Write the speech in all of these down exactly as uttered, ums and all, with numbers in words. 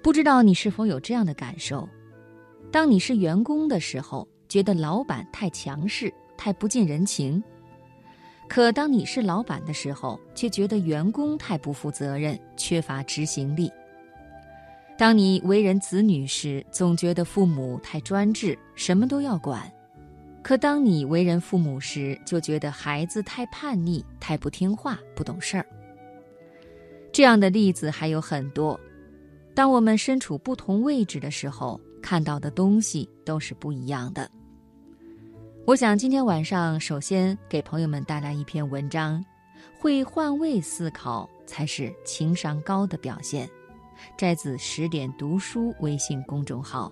不知道你是否有这样的感受，当你是员工的时候，觉得老板太强势，太不近人情，可当你是老板的时候，却觉得员工太不负责任，缺乏执行力。当你为人子女时，总觉得父母太专制，什么都要管，可当你为人父母时，就觉得孩子太叛逆，太不听话，不懂事儿。这样的例子还有很多。当我们身处不同位置的时候，看到的东西都是不一样的。我想今天晚上首先给朋友们带来一篇文章，会换位思考才是情商高的表现，摘自十点读书微信公众号。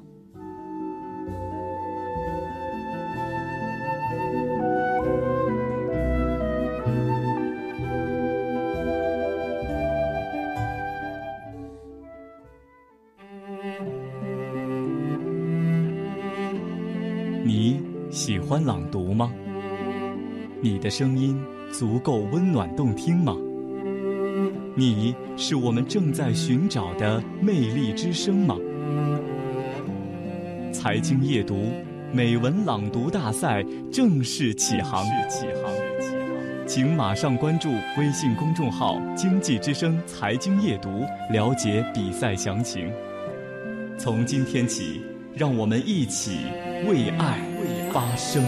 你喜欢朗读吗？你的声音足够温暖动听吗？你是我们正在寻找的魅力之声吗？财经夜读美文朗读大赛正式起航，请马上关注微信公众号经济之声财经夜读，了解比赛详情。从今天起，让我们一起为爱发声。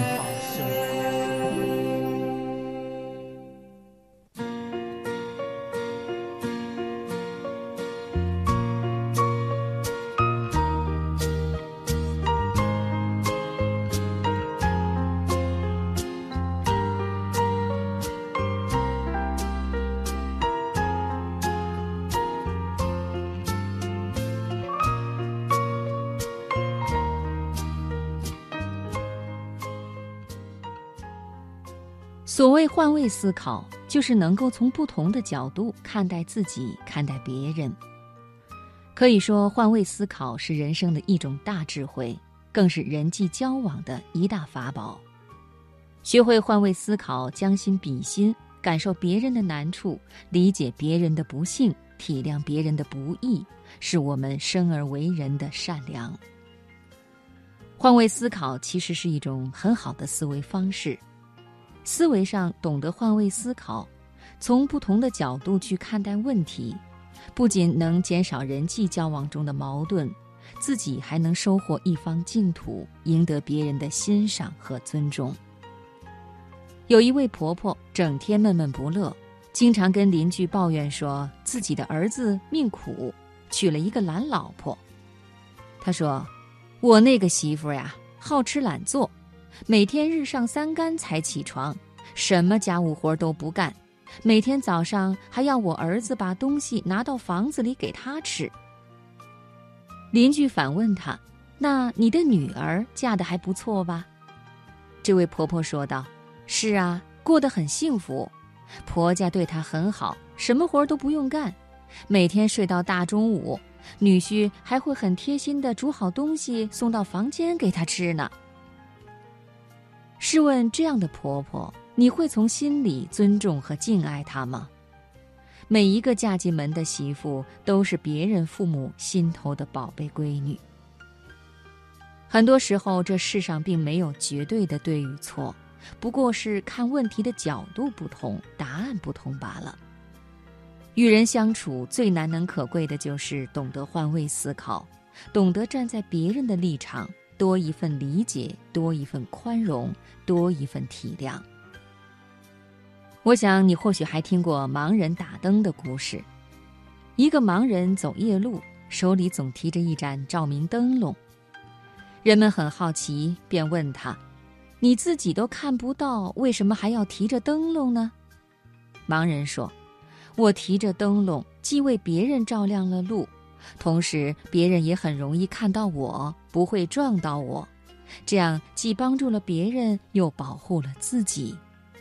所谓换位思考，就是能够从不同的角度看待自己，看待别人。可以说，换位思考是人生的一种大智慧，更是人际交往的一大法宝。学会换位思考，将心比心，感受别人的难处，理解别人的不幸，体谅别人的不易，是我们生而为人的善良。换位思考其实是一种很好的思维方式。思维上懂得换位思考，从不同的角度去看待问题，不仅能减少人际交往中的矛盾，自己还能收获一方净土，赢得别人的欣赏和尊重。有一位婆婆整天闷闷不乐，经常跟邻居抱怨说自己的儿子命苦，娶了一个懒老婆。她说，我那个媳妇呀，好吃懒做，每天日上三竿才起床，什么家务活都不干，每天早上还要我儿子把东西拿到房子里给他吃。邻居反问他，那你的女儿嫁得还不错吧？这位婆婆说道，是啊，过得很幸福，婆家对她很好，什么活都不用干，每天睡到大中午，女婿还会很贴心地煮好东西送到房间给她吃呢。试问这样的婆婆，你会从心里尊重和敬爱她吗？每一个嫁进门的媳妇都是别人父母心头的宝贝闺女。很多时候，这世上并没有绝对的对与错，不过是看问题的角度不同，答案不同罢了。与人相处最难能可贵的就是懂得换位思考，懂得站在别人的立场，多一份理解，多一份宽容，多一份体谅。我想你或许还听过盲人打灯的故事。一个盲人走夜路，手里总提着一盏照明灯笼。人们很好奇，便问他，你自己都看不到，为什么还要提着灯笼呢？盲人说，我提着灯笼，既为别人照亮了路，同时别人也很容易看到我，不会撞到我，这样既帮助了别人，又保护了自己。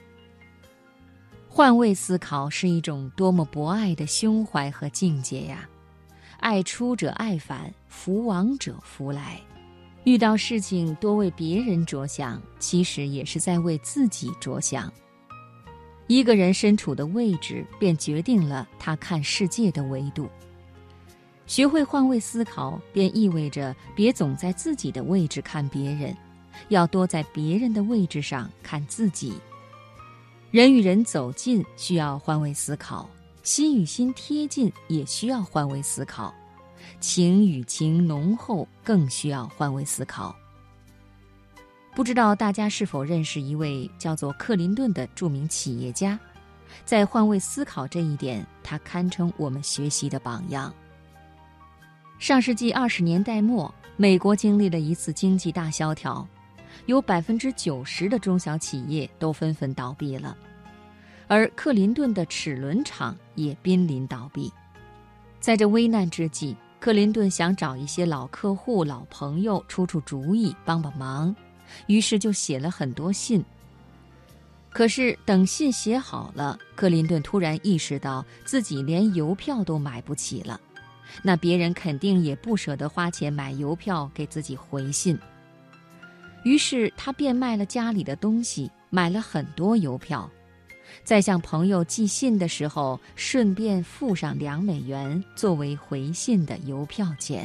换位思考是一种多么博爱的胸怀和境界呀！爱出者爱返，福往者福来。遇到事情多为别人着想，其实也是在为自己着想。一个人身处的位置，便决定了他看世界的维度。 学会换位思考，便意味着别总在自己的位置看别人，要多在别人的位置上看自己。人与人走近需要换位思考，心与心贴近也需要换位思考，情与情浓厚更需要换位思考。不知道大家是否认识一位叫做克林顿的著名企业家，在换位思考这一点，他堪称我们学习的榜样。上世纪二十年代末，美国经历了一次经济大萧条，有百分之九十的中小企业都纷纷倒闭了，而克林顿的齿轮厂也濒临倒闭。在这危难之际，克林顿想找一些老客户、老朋友出出主意，帮帮忙，于是就写了很多信。可是等信写好了，克林顿突然意识到自己连邮票都买不起了，那别人肯定也不舍得花钱买邮票给自己回信。于是他变卖了家里的东西，买了很多邮票，在向朋友寄信的时候，顺便付上两美元作为回信的邮票钱。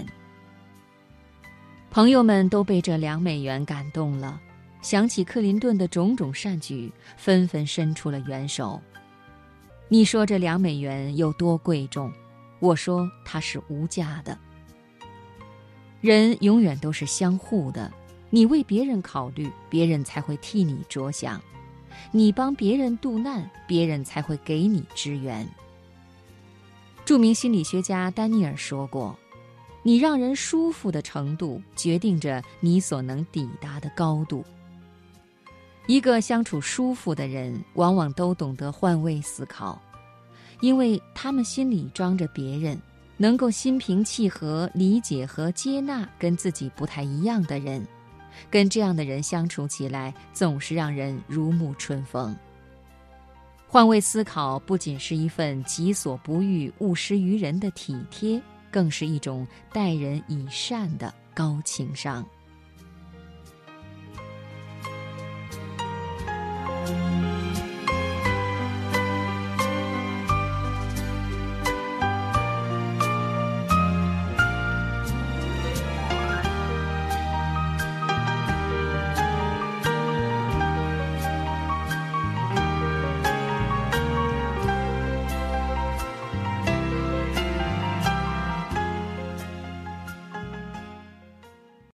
朋友们都被这两美元感动了，想起克林顿的种种善举，纷纷伸出了援手。你说这两美元有多贵重？我说它是无价的。人永远都是相互的，你为别人考虑，别人才会替你着想；你帮别人渡难，别人才会给你支援。著名心理学家丹尼尔说过，你让人舒服的程度，决定着你所能抵达的高度。一个相处舒服的人，往往都懂得换位思考，因为他们心里装着别人，能够心平气和理解和接纳跟自己不太一样的人，跟这样的人相处起来，总是让人如沐春风。换位思考不仅是一份己所不欲，勿施于人的体贴，更是一种待人以善的高情商。